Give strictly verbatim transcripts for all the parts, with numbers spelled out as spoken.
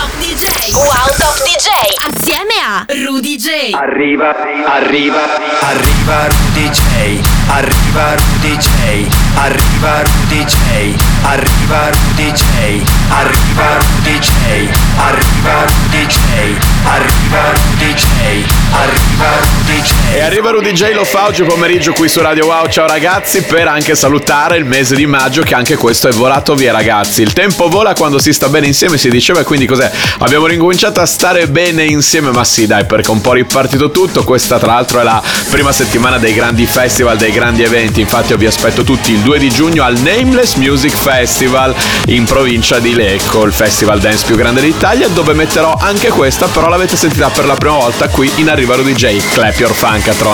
Top D J. Wow Top D J. Assieme a Rudy J. Arriva, arriva, arriva Rudy J. Arriva Rudy J. Arriva Rudy J. Arriva Rudy J. Arriva Rudy J. Arriva Rudy J. Arriva Rudy J. Arriva Rudy J. E arriva Rudy J, lo fa oggi pomeriggio qui su Radio Wow. Ciao ragazzi, per anche salutare il mese di maggio, che anche questo è volato via ragazzi. Il tempo vola quando si sta bene insieme, si diceva, e quindi cos'è? Abbiamo ricominciato a stare bene insieme, ma sì dai, perché è un po' ripartito tutto. Questa tra l'altro è la prima settimana dei grandi festival, dei grandi eventi. Infatti io vi aspetto tutti il due di giugno al Nameless Music Festival in provincia di Lecco, il festival dance più grande d'Italia, dove metterò anche questa, però l'avete sentita per la prima volta qui in Arriva Rudy J, Clap Your Funkatron.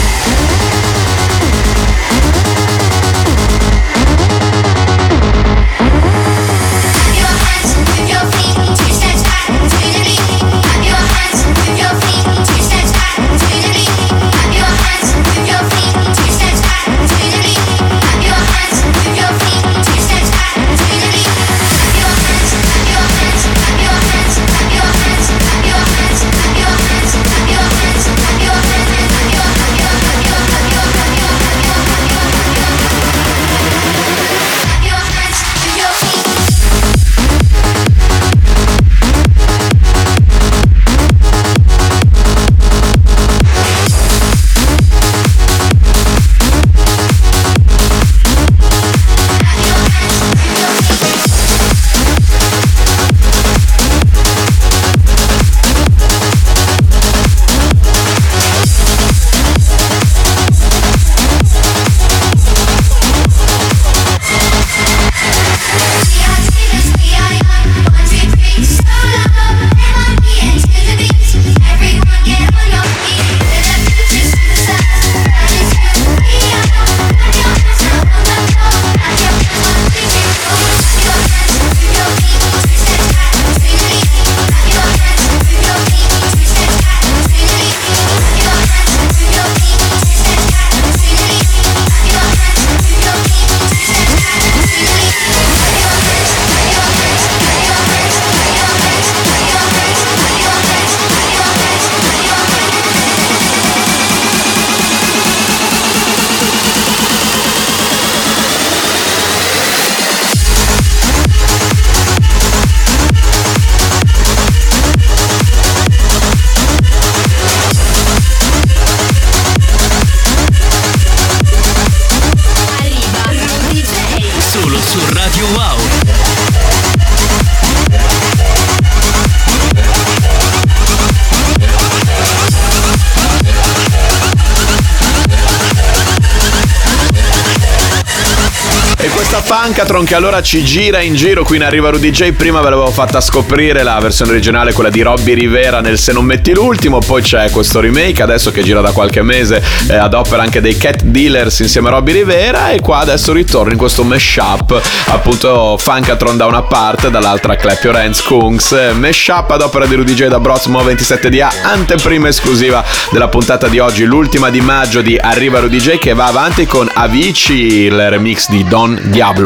Funkatron che allora ci gira in giro qui in Arriva Rudy J. Prima ve l'avevo fatta scoprire la versione originale, quella di Robbie Rivera nel Se non metti l'ultimo. Poi c'è questo remake adesso che gira da qualche mese eh, ad opera anche dei Cat Dealers insieme a Robbie Rivera. E qua adesso ritorno in questo mashup, appunto Funkatron da una parte, dall'altra Clap Your Hands Kungs. Mashup ad opera di Rudy J da Brosmo ventisette D A, anteprima esclusiva della puntata di oggi, l'ultima di maggio di Arriva Rudy J, che va avanti con Avicii, il remix di Don Diablo.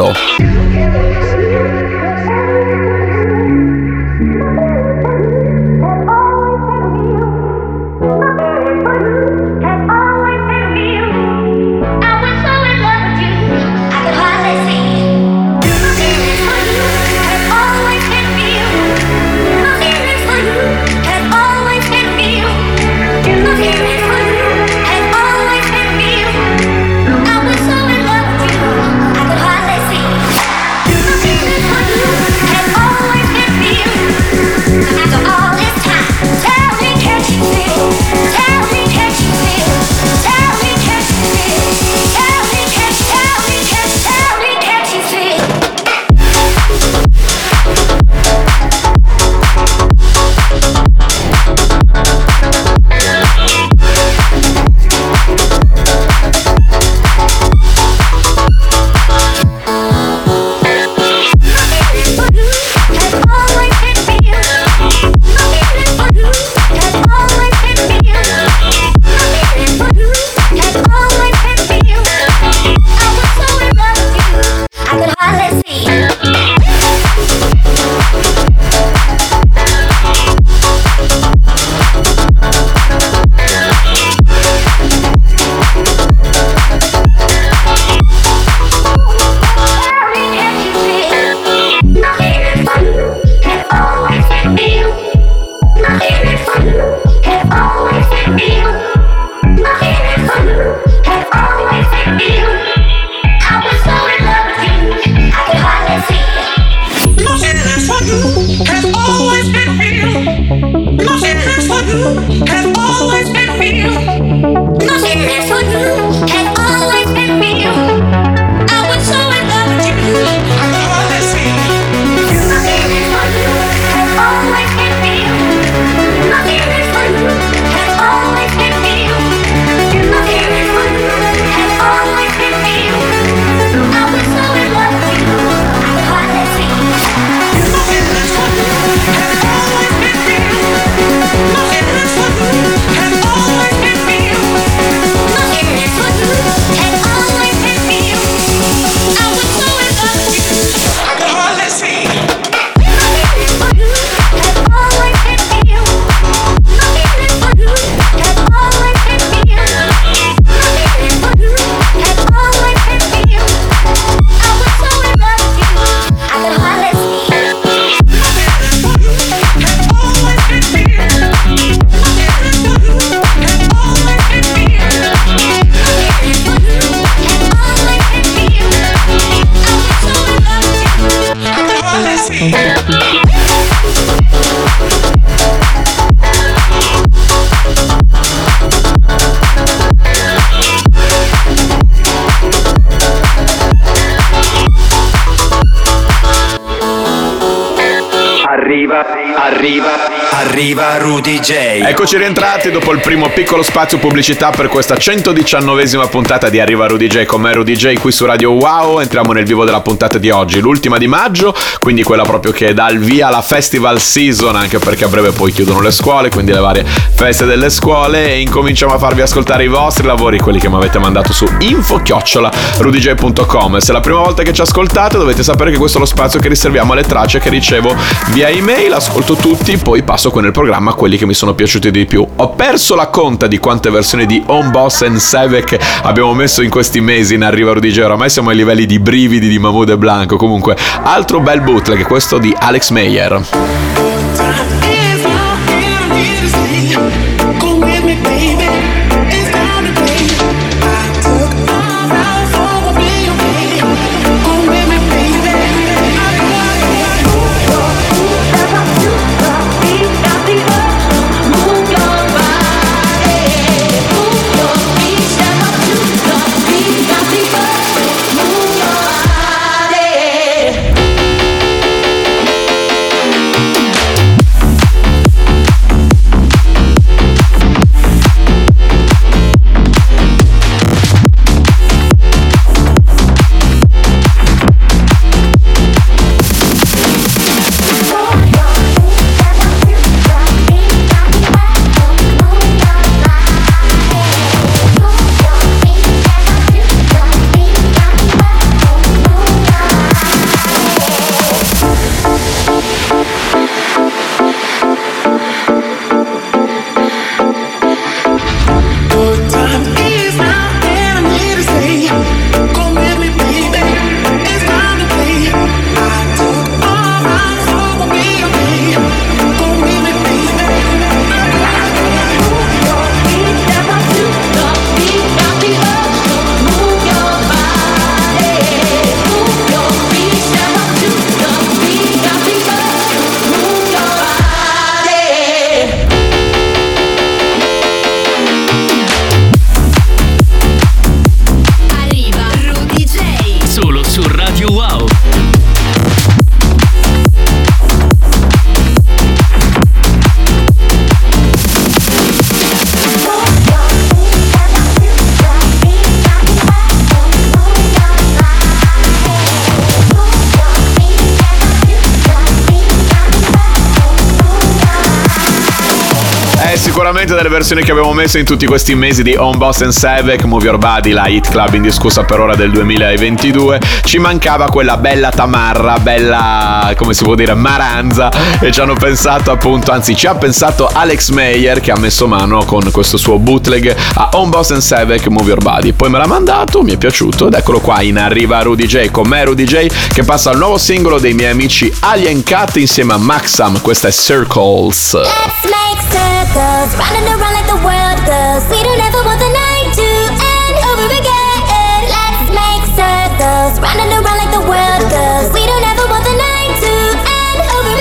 I Arriva, arriva, arriva Rudy J. Eccoci rientrati dopo il primo piccolo spazio pubblicità per questa centodiciannovesima puntata di Arriva Rudy J con me Rudy J qui su Radio Wow. Entriamo nel vivo della puntata di oggi, l'ultima di maggio, quindi quella proprio che dà il via alla festival season, anche perché a breve poi chiudono le scuole, quindi le varie feste delle scuole, e incominciamo a farvi ascoltare i vostri lavori, quelli che mi avete mandato su info chiocciola rudyj punto com. Se è la prima volta che ci ascoltate dovete sapere che questo è lo spazio che riserviamo alle tracce che ricevo via email, ascolto tutti, poi passo con il programma a quelli che mi sono piaciuti di più. Ho perso la conta di quante versioni di Home Boss and Sevek abbiamo messo in questi mesi in Arriva Rudy J, oramai siamo ai livelli di brividi di Mahmood e Blanco. Comunque, altro bel bootleg, questo di Alex Meyer. Sicuramente delle versioni che abbiamo messo in tutti questi mesi di Home Boss and Sevek, Move Your Body, la hit club indiscussa per ora del duemilaventidue. Ci mancava quella bella tamarra, bella, come si può dire, maranza, e ci hanno pensato appunto, anzi ci ha pensato Alex Meyer, che ha messo mano con questo suo bootleg a Home Boss and Sevek, Move Your Body. Poi me l'ha mandato, mi è piaciuto ed eccolo qua in Arriva Rudy J con me Rudy J, che passa al nuovo singolo dei miei amici Alien Cat insieme a Maxam. Questa è Circles. Let's make circles, running around like the world goes. We don't ever want the night to end over again. Let's make circles, running around like the world goes. We don't ever want the night to end over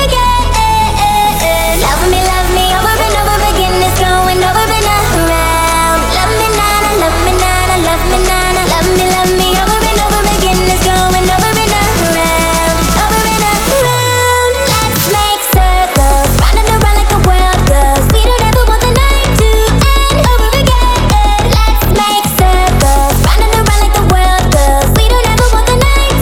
again. Love me, love me, over and over again. It's going over and around. Love me, nana, love me, nana, love me, nana. Love me, love me, over and over again. It's going over and around, over and around. Let's make circles, running around like the world goes. We don't ever want the night to end over again. Let's make circles, running around like the world goes. We don't ever want the night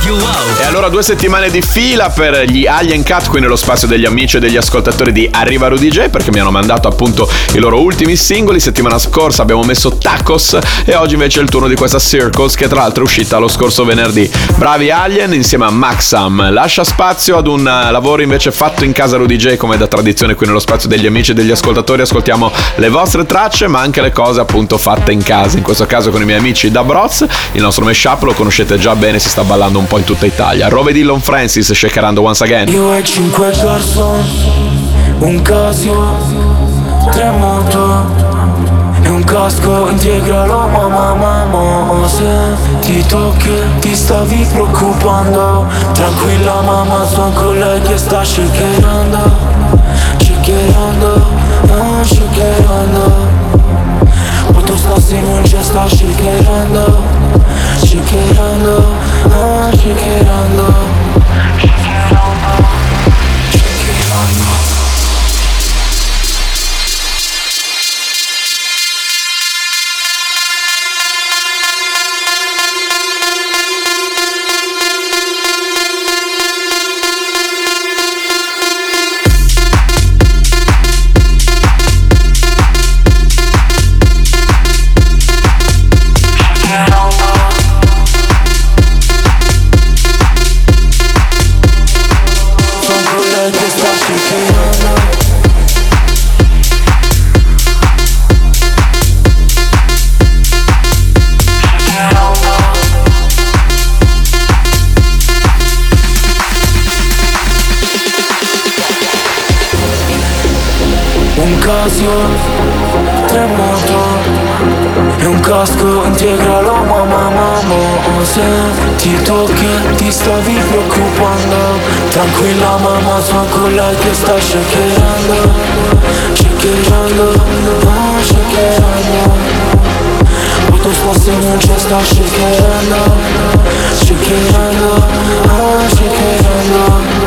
Radio Wow. E allora due settimane di fila per gli Alien Cat qui nello spazio degli amici e degli ascoltatori di Arriva Rudy J, perché mi hanno mandato appunto i loro ultimi singoli. Settimana scorsa abbiamo messo Tacos e oggi invece è il turno di questa Circles, che tra l'altro è uscita lo scorso venerdì. Bravi Alien insieme a Maxam. Lascia spazio ad un lavoro invece fatto in casa Rudy J, come da tradizione qui nello spazio degli amici e degli ascoltatori. Ascoltiamo le vostre tracce ma anche le cose appunto fatte in casa, in questo caso con i miei amici da Broz. Il nostro mashup lo conoscete già bene, si sta ballando un po' in tutta Italia. Rove Dillon Francis, shakerando once again. Io e cinque garçon, un Casio, tre moto e un casco, integralo mamma mamma. Se ti tocchi ti stavi preoccupando, tranquilla mamma, sono con lei che sta shakerando, shakerando, ah, shakerando. Quanto stassi non c'è, sta shakerando, shakerando, ah, shakerando. Un Casio, tre moto e un casco, integralo mamma mamma. Se ti tocchi ti stavi preoccupando, tranquilla mamma, sono con lei che sta shakerando, shakerando, ah, shakerando. Quanto spazio non c'è, sta shakerando, shakerando, ah, shakerando.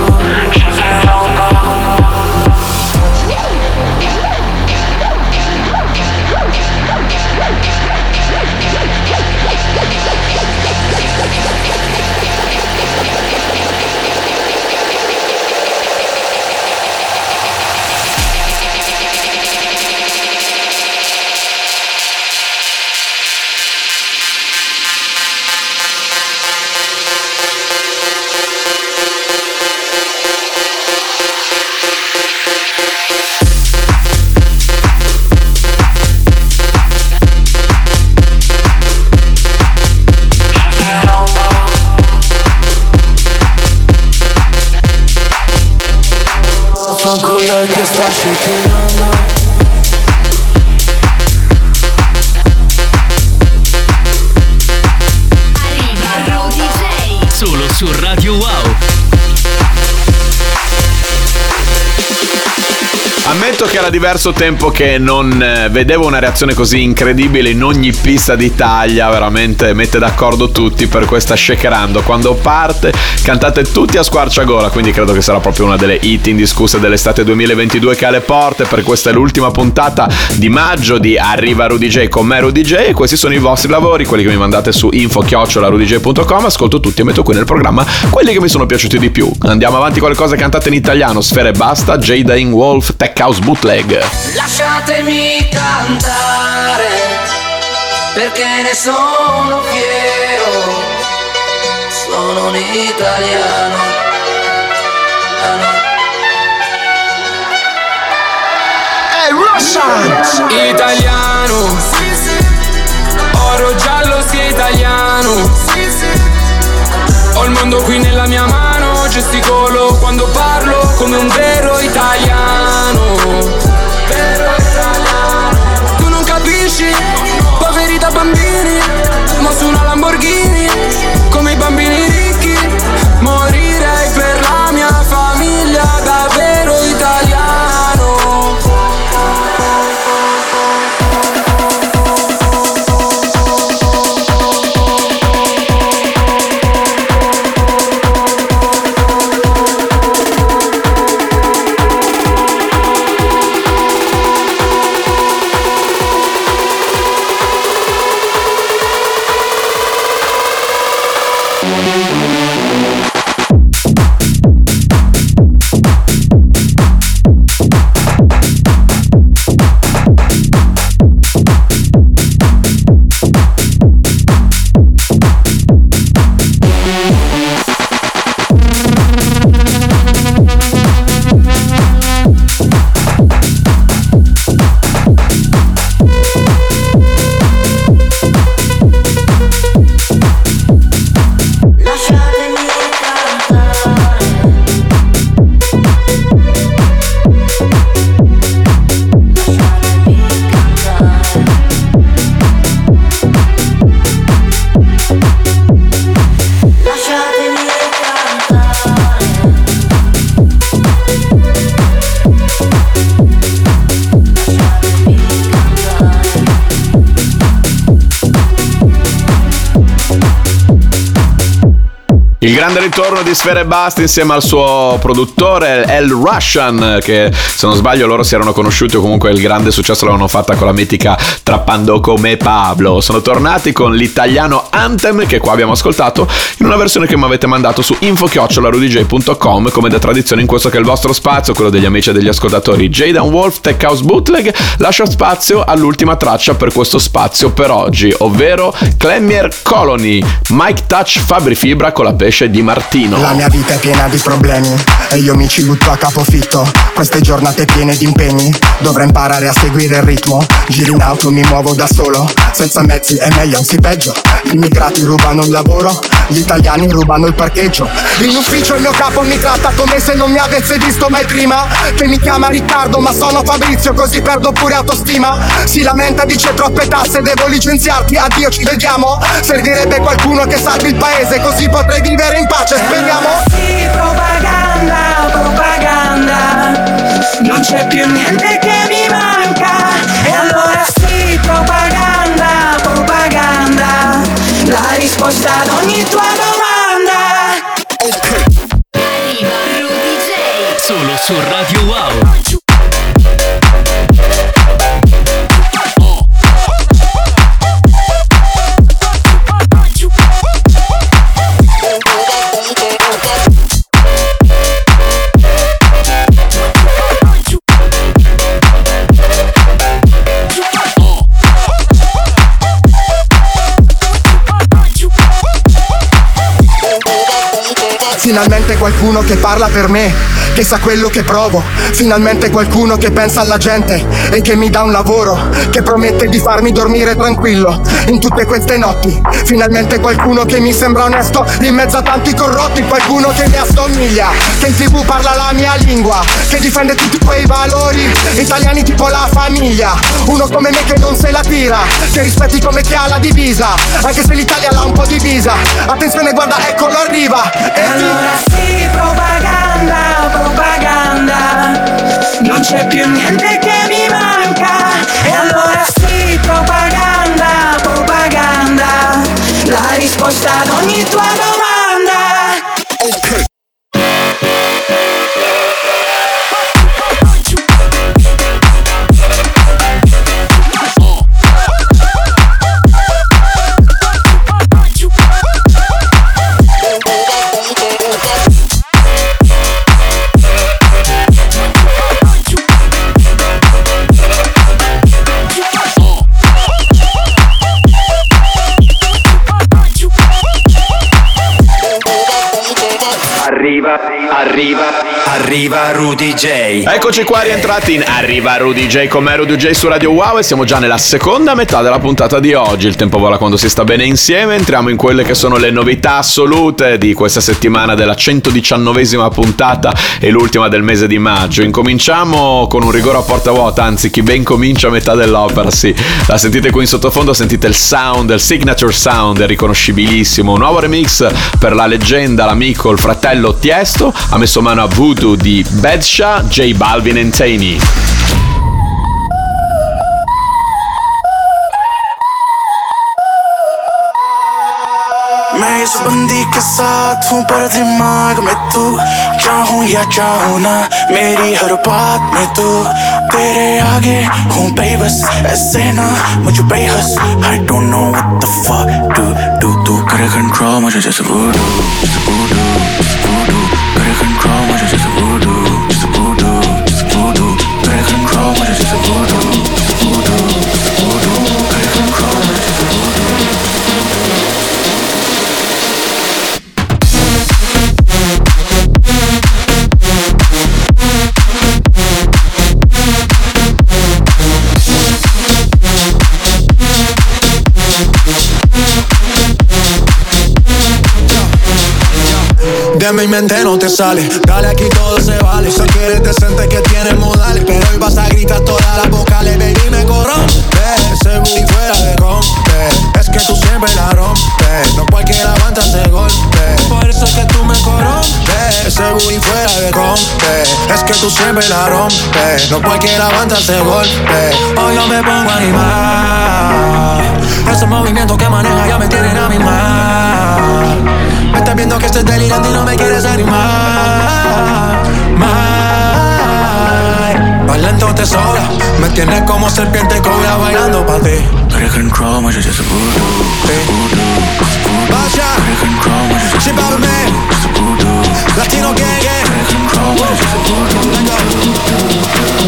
Che sta shakerando. Arriva Rudy J. Solo su Radio Wow. Ammetto che era diverso tempo che non eh, vedevo una reazione così incredibile in ogni pista d'Italia. Veramente mette d'accordo tutti per questa shakerando. Quando parte cantate tutti a squarciagola, quindi credo che sarà proprio una delle hit indiscusse dell'estate duemilaventidue che ha alle porte. Per questa è l'ultima puntata di maggio di Arriva Rudy J con me Rudy J, e questi sono i vostri lavori, quelli che mi mandate su info chiocciola rudy j punto com. Ascolto tutti e metto qui nel programma quelli che mi sono piaciuti di più. Andiamo avanti con le cose cantate in italiano. Sfera Ebbasta, J. Dying Wolf, Tech House Bootleg. Lasciatemi cantare, perché ne sono fiero, sono un italiano. Hey Russian! Italiano, oro giallo sia italiano. Ho il mondo qui nella mia mano, gesticolo quando parlo come un vero italiano. Vero italiano. Tu non capisci, poveri da bambini, ma su una Lamborghini, come i bambini ricchi. Morirei per la mia famiglia, davvero italiano. Il grande ritorno di Sfera Ebbasta insieme al suo produttore El Russian, che se non sbaglio loro si erano conosciuti o comunque il grande successo l'avevano fatta con la mitica Trappando come Pablo. Sono tornati con l'italiano Anthem, che qua abbiamo ascoltato in una versione che mi avete mandato su info chiocciola rudy j punto com, come da tradizione in questo che è il vostro spazio, quello degli amici e degli ascoltatori Jaden Wolf Tech House Bootleg. Lascio spazio all'ultima traccia per questo spazio per oggi, ovvero Clemmier Colony, Mike Touch Fabri Fibra con la pesce di Martino. La mia vita è piena di problemi e io mi ci butto a capofitto. Queste giornate piene di impegni, dovrei imparare a seguire il ritmo. Giro in auto, mi muovo da solo, senza mezzi è meglio, anzi peggio. Gli immigrati rubano il lavoro, gli italiani rubano il parcheggio. In ufficio il mio capo mi tratta come se non mi avesse visto mai prima. Che mi chiama Riccardo ma sono Fabrizio, così perdo pure autostima. Si lamenta, dice troppe tasse, devo licenziarti, addio ci vediamo. Servirebbe qualcuno che salvi il paese, così potrei vivere in pace, speriamo. Sì, propaganda, propaganda, non c'è più niente che mi manca. E allora sì, propaganda, propaganda, la risposta ad ogni tua domanda. Arriva Rudy J. Solo su Radio Wow. Finalmente qualcuno che parla per me, che sa quello che provo. Finalmente qualcuno che pensa alla gente e che mi dà un lavoro, che promette di farmi dormire tranquillo in tutte queste notti. Finalmente qualcuno che mi sembra onesto in mezzo a tanti corrotti. Qualcuno che mi assomiglia, che in tv parla la mia lingua, che difende tutti quei valori italiani tipo la famiglia. Uno come me che non se la tira, che rispetti come chi ha la divisa, anche se l'Italia l'ha un po' divisa. Attenzione, guarda, eccolo arriva. E allora sì, propaganda, propaganda, non c'è più niente che mi manca. E allora sì, propaganda, propaganda, la risposta ad ogni tua domanda. Okay. Arriva, arriva, arriva Rudy J. Eccoci qua rientrati in Arriva Rudy J con me Rudy J su Radio Wow, e siamo già nella seconda metà della puntata di oggi. Il tempo vola quando si sta bene insieme. Entriamo in quelle che sono le novità assolute di questa settimana, della centodiciannovesima puntata e l'ultima del mese di maggio. Incominciamo con un rigore a porta vuota, anzi chi ben comincia a metà dell'opera, sì. La sentite qui in sottofondo, sentite il sound, il signature sound, è riconoscibilissimo. Un nuovo remix per la leggenda, l'amico, il fratello Tiesto, ha messo mano a Voodoo di Badsha, J Balvin e Taney. मैं इस बंदी के साथ हूँ पर दिमाग में तू, चाहूँ या चाहूँ ना मेरी हर बात में तू। तेरे आगे हूँ बेबस ऐसे ना मुझे बेहस। I don't know what the fuck do do तू करे control मुझे जैसे voodoo, जैसे voodoo, जैसे voodoo। करे control मुझे जैसे voodoo, जैसे voodoo, जैसे voodoo। करे control मुझे जैसे voodoo, जैसे voodoo, जैसे voodoo। करे control मुझे जैसे voodoo। De mi mente no te sale, dale aquí todo se vale. Sé que eres decente, que tienes modales, pero hoy vas a gritar todas las vocales. Baby, me corrompe, ese booty fuera de rompe. Es que tú siempre la rompes, no cualquiera aguanta ese golpe. Por eso es que tú me corrompes, ese booty fuera de rompe. Es que tú siempre la rompes, no cualquiera aguanta ese golpe. Hoy yo me pongo a animar, esos movimientos que maneja ya me tienen a mi mal. Este sabiendo que estoy delirando y no me quieres animar. Más. Más lento te sobra, me tienes como serpiente cobra bailando pa' ti. Better control my just voodoo. Bacha, she bobby man, Latino gang gang. Better control my just voodoo.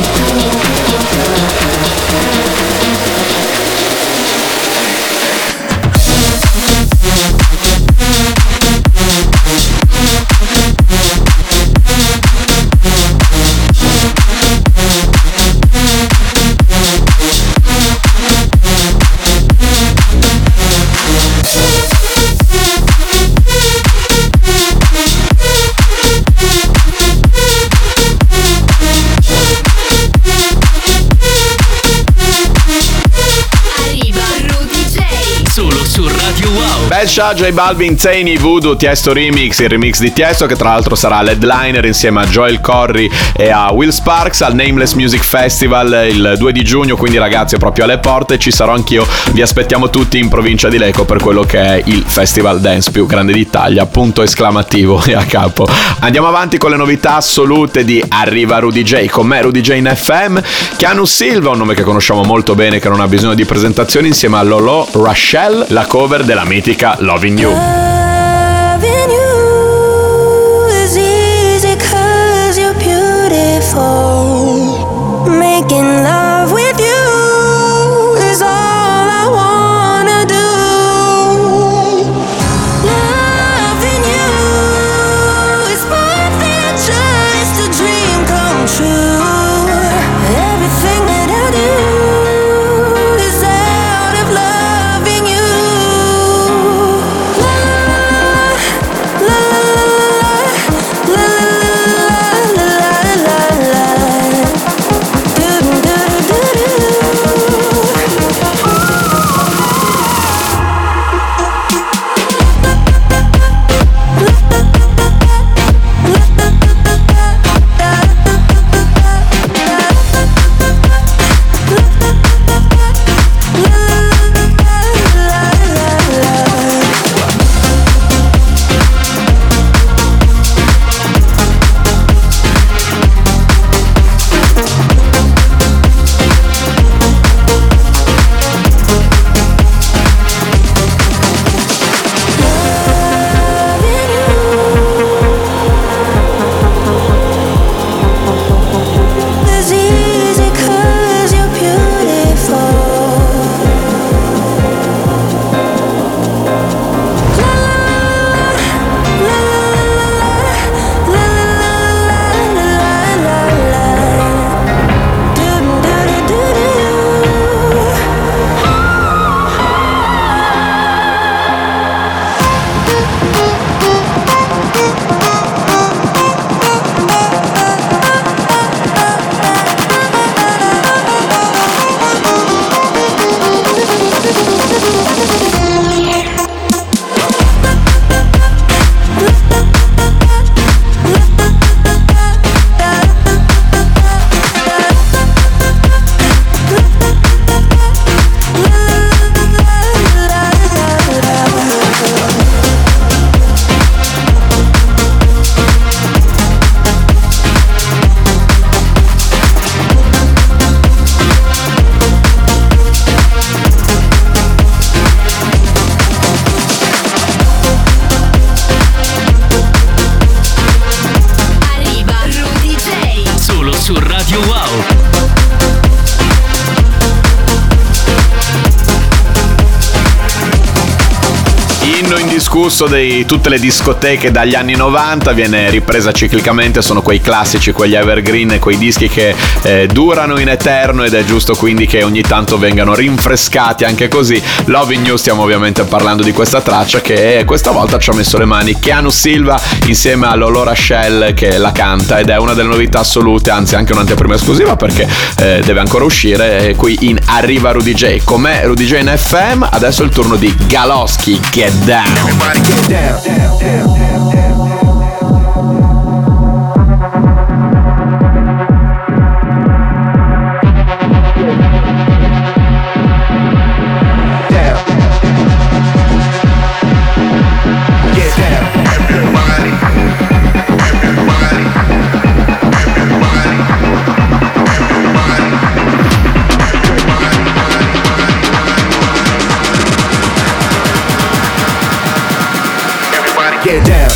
Belcia, J Balvin, Zany, Voodoo, Tiesto Remix, il remix di Tiesto che tra l'altro sarà l'headliner insieme a Joel Corry e a Will Sparks al Nameless Music Festival il due di giugno, quindi ragazzi è proprio alle porte, ci sarò anch'io, vi aspettiamo tutti in provincia di Lecco per quello che è il festival dance più grande d'Italia, punto esclamativo e a capo. Andiamo avanti con le novità assolute di Arriva Rudy J, con me Rudy J in F M, Keanu Silva, un nome che conosciamo molto bene che non ha bisogno di presentazioni, insieme a Lolo Rachelle, la cover della mitica Loving You. Loving you is easy 'cause you're beautiful. Making love with you is all I wanna do. Loving you is more than just a dream come true. Everything that I do is out of loving you. Indiscusso di tutte le discoteche dagli anni novanta, viene ripresa ciclicamente, sono quei classici, quegli evergreen, quei dischi che eh, durano in eterno ed è giusto quindi che ogni tanto vengano rinfrescati anche così. Loving You, stiamo ovviamente parlando di questa traccia che questa volta ci ha messo le mani Keanu Silva insieme a Lolo Rachelle che la canta ed è una delle novità assolute, anzi anche un'anteprima esclusiva perché eh, deve ancora uscire qui in Arriva Rudy J. Con me Rudy J in F M, adesso è il turno di Galoschi, Get Down. Everybody get down, down, down, down, down. Get down. get down.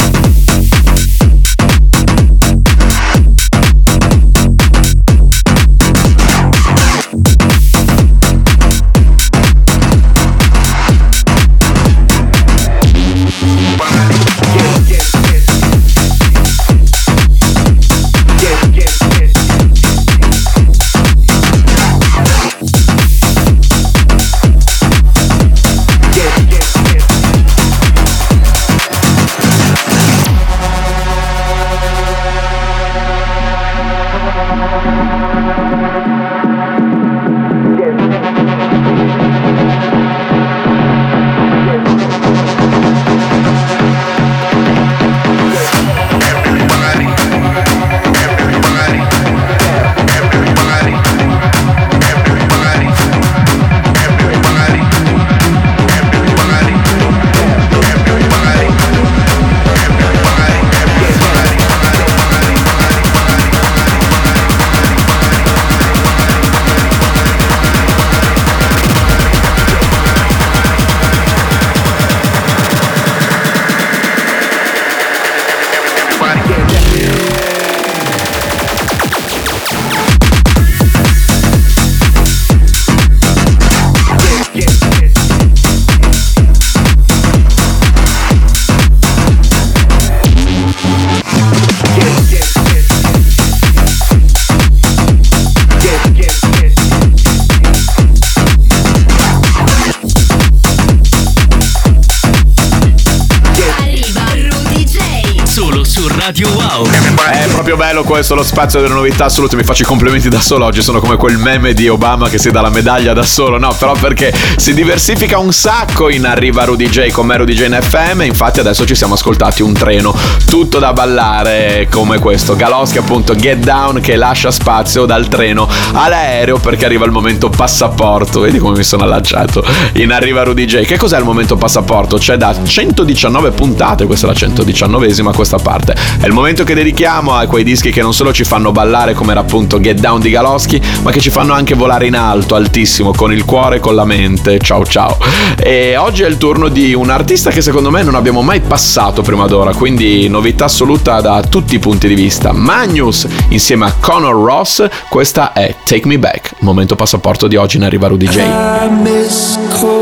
Radio Wow. È proprio bello questo, lo spazio delle novità assolute. Mi faccio i complimenti da solo oggi, sono come quel meme di Obama che si dà la medaglia da solo. No, però perché si diversifica un sacco in Arriva Rudy J con me Rudy J in F M. Infatti adesso ci siamo ascoltati un treno tutto da ballare come questo Galoschi, appunto, Get Down, che lascia spazio dal treno all'aereo perché arriva il momento passaporto. Vedi come mi sono allacciato in Arriva Rudy J. Che cos'è il momento passaporto? C'è da centodiciannove puntate, questa è la centodiciannovesima questa parte. È il momento che dedichiamo a quei dischi che non solo ci fanno ballare, come era appunto Get Down di Galoschi, ma che ci fanno anche volare in alto, altissimo, con il cuore e con la mente. Ciao ciao. E oggi è il turno di un artista che secondo me non abbiamo mai passato prima d'ora, quindi novità assoluta da tutti i punti di vista. Magnus insieme a Conor Ross, questa è Take Me Back. Momento passaporto di oggi in Arriva Rudy J. I miss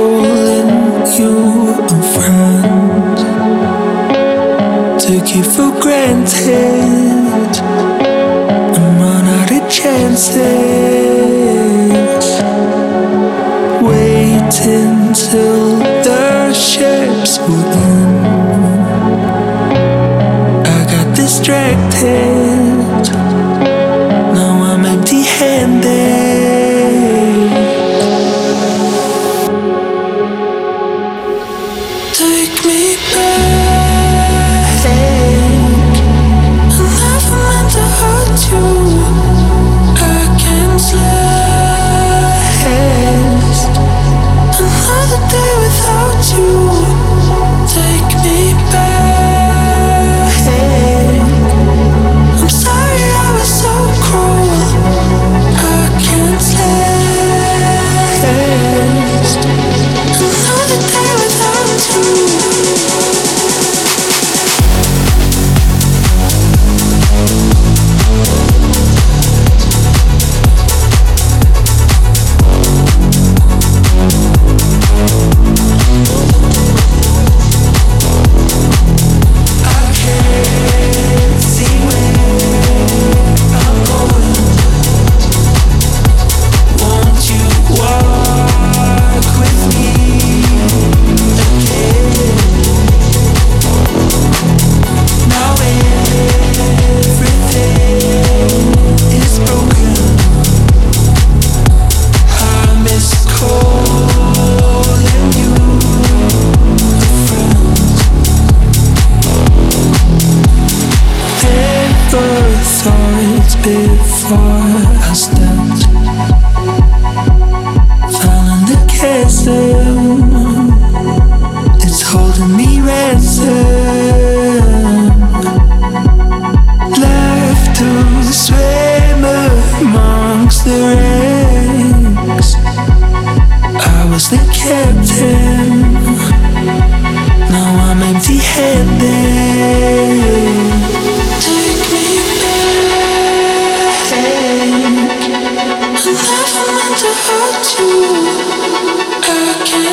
calling you a friend. Took you for granted. I'm run out of chances. Waiting till the ships will in. I got distracted. Now I'm empty-handed. Take me back. Another day without you. Take me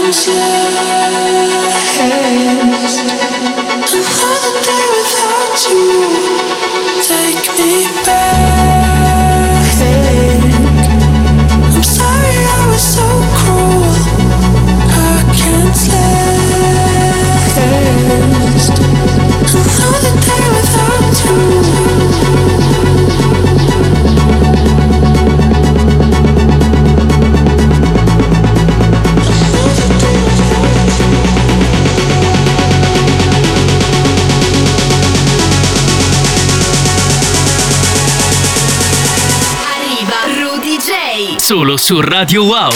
lose your hands. Another day without you. Take me back. I'm sorry I was so cruel. I can't last. Another day without you. Solo su Radio Wow.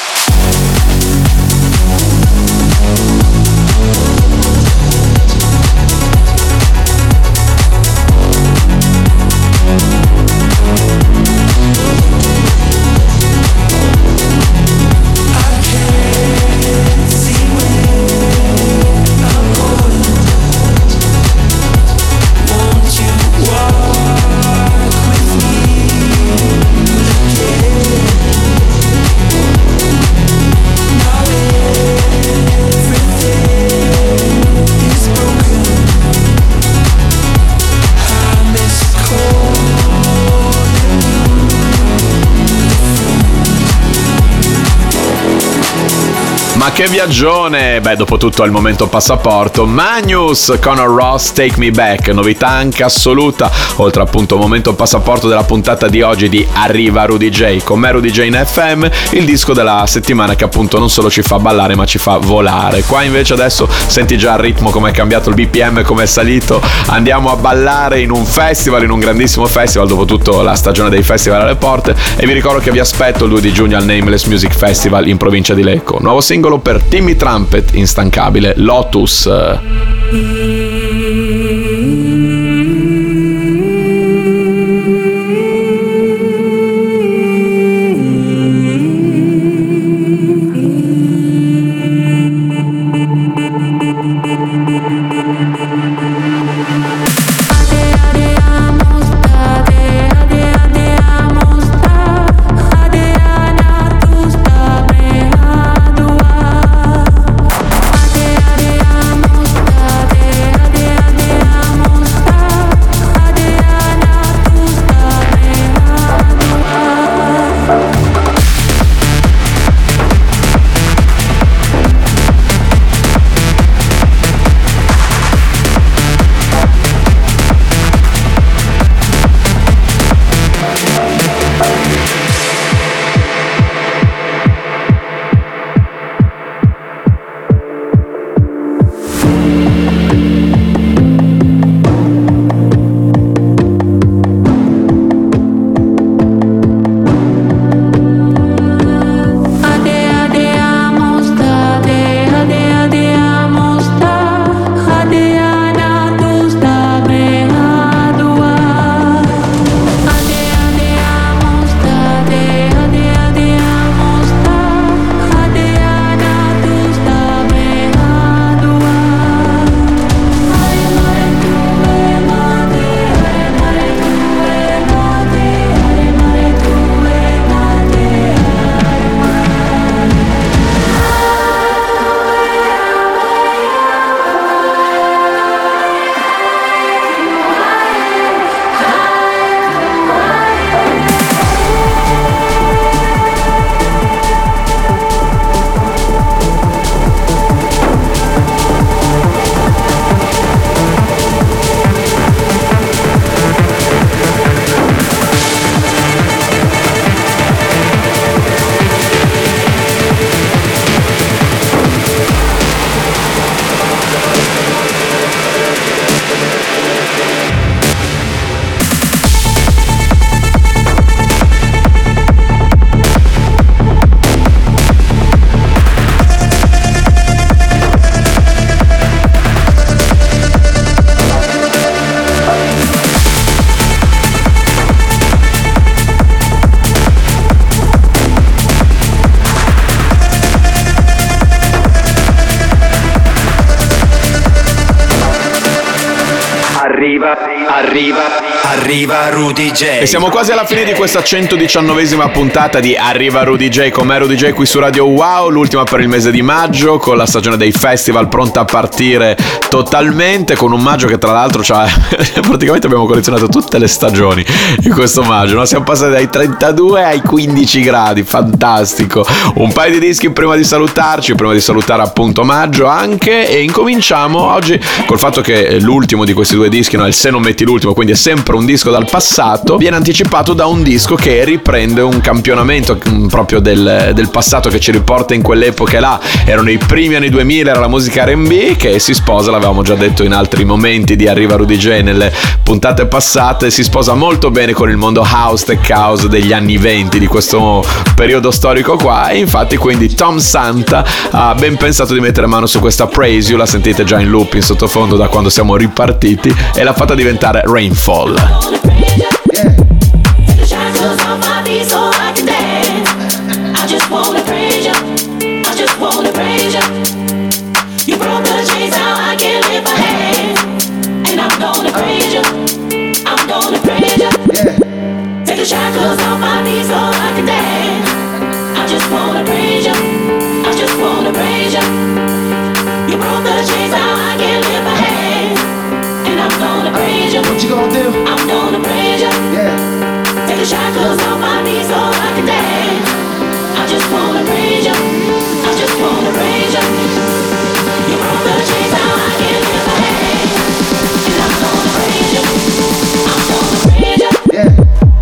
Ma che viaggione! Beh, dopo tutto al momento passaporto. Magnus, Conor Ross, Take Me Back, novità anche assoluta, oltre appunto momento passaporto della puntata di oggi di Arriva Rudy J. Con me Rudy J in F M, il disco della settimana che appunto non solo ci fa ballare ma ci fa volare. Qua invece adesso senti già il ritmo, come è cambiato il B P M, come è salito. Andiamo a ballare in un festival, in un grandissimo festival, dopo tutto la stagione dei festival alle porte, e vi ricordo che vi aspetto il due di giugno al Nameless Music Festival in provincia di Lecco. Nuovo singolo per Timmy Trumpet, instancabile, Lotus. Adriana, arriva, arriva Rudy J. E siamo quasi alla fine di questa centodiciannovesima puntata di Arriva Rudy J con me Rudy J qui su Radio Wow, l'ultima per il mese di maggio, con la stagione dei festival pronta a partire totalmente, con un maggio che tra l'altro c'ha praticamente abbiamo collezionato tutte le stagioni in questo maggio, no? Siamo passati dai trentadue ai quindici gradi, fantastico. Un paio di dischi prima di salutarci, prima di salutare appunto maggio anche, e incominciamo oggi col fatto che l'ultimo di questi due dischi, no, il Se non metti l'ultimo, quindi è sempre un disco dal passato, viene anticipato da un disco che riprende un campionamento proprio del, del passato, che ci riporta in quell'epoca là. Erano i primi anni duemila, era la musica R and B che si sposa, l'avevamo già detto in altri momenti di Arriva Rudy J nelle puntate passate, si sposa molto bene con il mondo house, tech house degli anni venti, di questo periodo storico qua, e infatti quindi Tom Santa ha ben pensato di mettere mano su questa Praise You, la sentite già in loop in sottofondo da quando siamo ripartiti, e l'ha fatta diventare Rainfall. Shackles off my knees so I can dance. I just wanna praise you. I just wanna praise you. You broke the chains, now I can lift my hands. And I'm gonna praise you. What you gonna do? I'm gonna praise you. Yeah. Take the shackles off my knees so I can dance. I just wanna praise you. I just wanna praise you. You broke the chains, now I can lift my hands. And I'm gonna praise you. I'm gonna praise you. Yeah.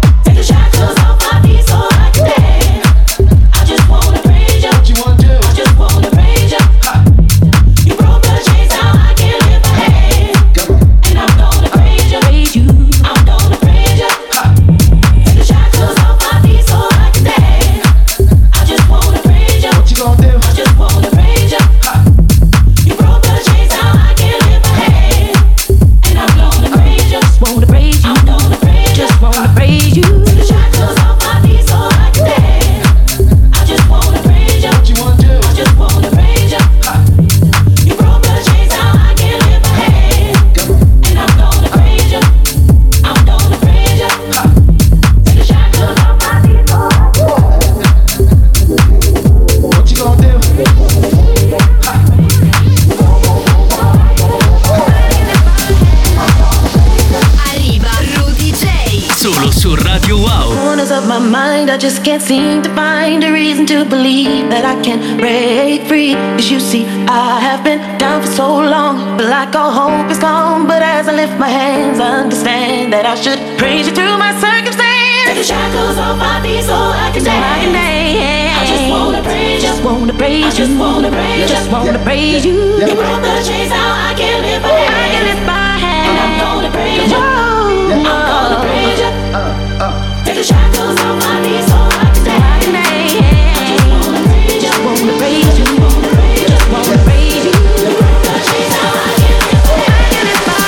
I just can't seem to find a reason to believe that I can break free. Cause you see, I have been down for so long, but like all hope is gone. But as I lift my hands, I understand that I should praise you through my circumstance. Take the shackles off my feet so I can dance. I can dance. I just wanna praise you. Just wanna praise you. I just wanna praise you. Just wanna praise you. You broke the chains, now I can lift my hands. I can lift my hands. And I'm gonna praise you. I'm gonna praise you. Take the shackles off my feet so I can dance. I can dance. I just wanna praise you. Just wanna praise you. Just wanna praise you. You broke the chains, now I can lift my hands. I can lift my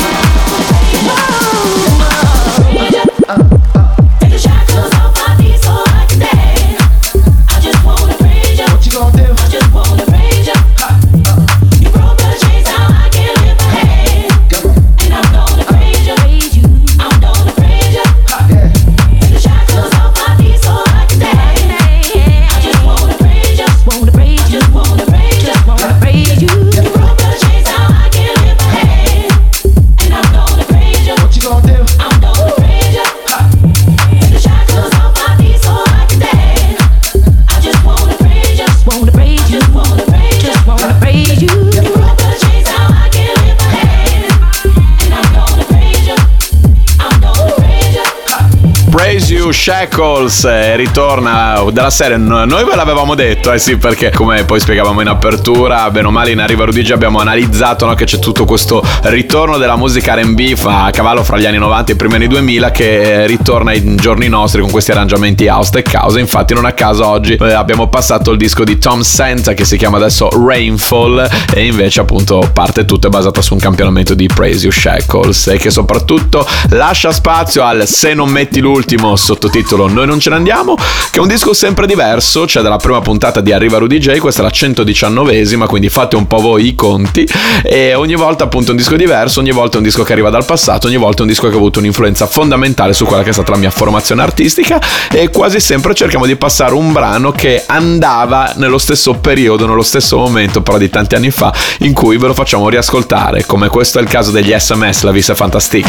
hands. Take the shackles off my feet so I can dance. I just wanna praise you. What you gonna do? I just wanna praise you. You broke the chains, now I can lift my hands. And I'm gonna praise you. I'm gonna praise you. Take the shackles off my feet so I can dance. I just wanna praise you. Just wanna praise you. Just wanna praise you. Just wanna praise you. You broke the chains, now I can lift my hands. And I'm gonna praise you. What you gonna do? I'm gonna praise you. Take the shackles off my feet so I can dance. I just wanna praise you. Just wanna praise you. Just wanna praise you. Just wanna praise you. You broke the chains, now I can lift my hands. And I'm gonna praise you. I'm gonna praise you. Praise You, Shackles, eh, ritorna dalla serie. Noi ve l'avevamo detto, eh sì, perché come poi spiegavamo in apertura, bene o male in Arriva Rudy J abbiamo analizzato, no, che c'è tutto questo ritorno della musica R and B a cavallo fra gli anni novanta e i primi anni duemila, che ritorna ai giorni nostri con questi arrangiamenti house tech house. Infatti non a caso oggi eh, abbiamo passato il disco di Tom Santa che si chiama adesso Rainfall, e invece appunto parte tutto è basato su un campionamento di Praise You, Shackles, e che soprattutto lascia spazio al Se non metti l'ultimo, sottotitolo sottotitolo Noi non ce ne andiamo, che è un disco sempre diverso, cioè dalla prima puntata di Arriva Rudy J, questa è la centodiciannovesima, quindi fate un po' voi i conti, e ogni volta appunto un disco diverso, ogni volta un disco che arriva dal passato, ogni volta un disco che ha avuto un'influenza fondamentale su quella che è stata la mia formazione artistica, e quasi sempre cerchiamo di passare un brano che andava nello stesso periodo, nello stesso momento, però di tanti anni fa, in cui ve lo facciamo riascoltare, come questo è il caso degli S M S, La vie c'est fantastique.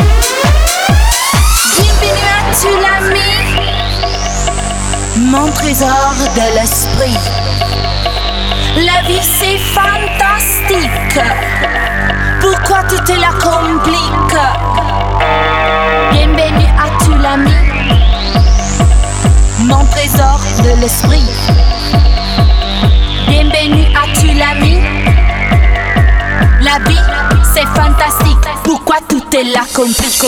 Tu l'as mis, mon trésor de l'esprit. La vie c'est fantastique. Pourquoi tout te la complique? Bienvenue à tu l'as mis, mon trésor de l'esprit. Bienvenue à tu l'as mis. La vie c'est fantastique. Pourquoi tout te la complique?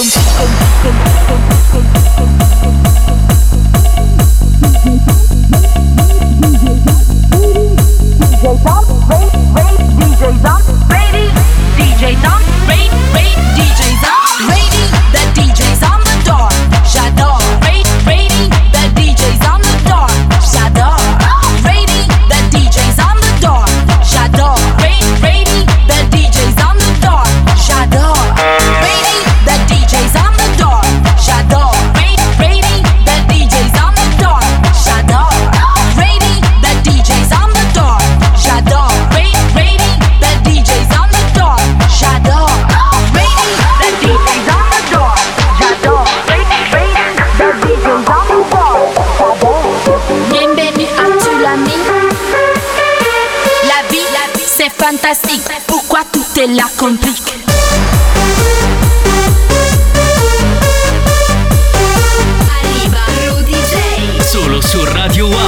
D J's on, ready, D J's on, ready, ready, D J's on, ready, the D J's on the door, j'adore, ready, ready, the D J's on the door, j'adore, ready, the D J's on the door, j'adore, ready, ready, the D J's on the door, j'adore, ready, the D J's on the door, j'adore, ready, ready, the D J's on the door, j'adore, ready, the D J's on the door, j'adore, ready, ready. C'est fantastique, pourquoi tout te la complique? Arriva Rudy J. Solo su Radio Wow.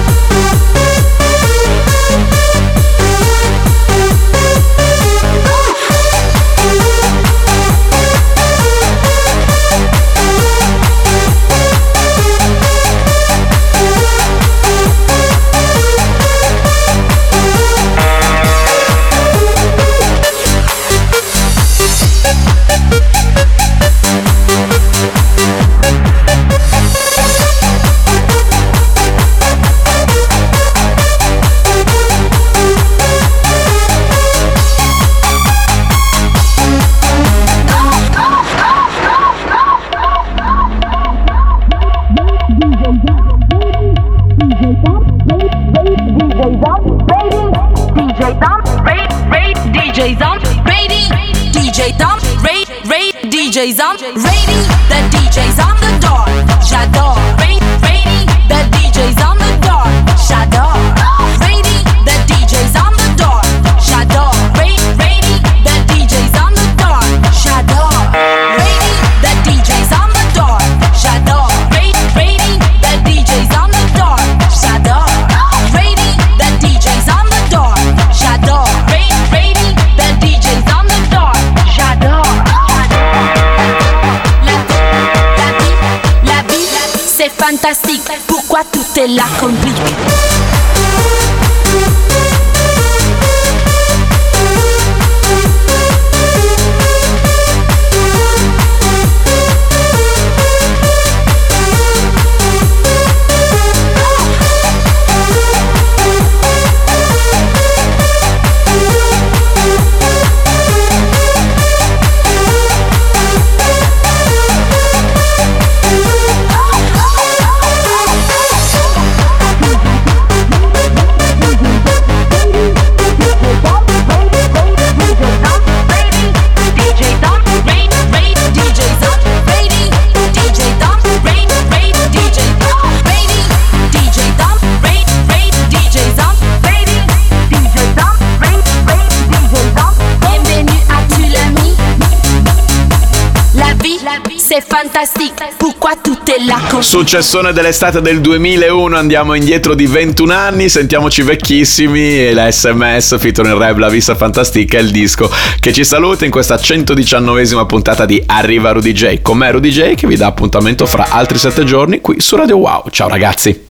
D J's on, ready, the D J's on the door, j'adore, ready, ready, the D J's on the door, j'adore, ready, the D J's on the door, j'adore, ready, ready, the D J's on the door, j'adore, ready, the D J's on the door, j'adore, ready, ready, the D J's on the door, j'adore, ready, the D J's on the door, j'adore, ready, ready, the D J's on the door, j'adore. C'est fantastique, pourquoi tout te la complique? C'est fantastique, pourquoi tout est là con... Successone dell'estate del duemilauno, andiamo indietro di ventuno anni, sentiamoci vecchissimi, e la S M S featuring Reb, La vie c'est fantastique, è il disco che ci saluta in questa centodiciannovesima puntata di Arriva Rudy J. Con me Rudy J, che vi dà appuntamento fra altri sette giorni qui su Radio Wow. Ciao ragazzi.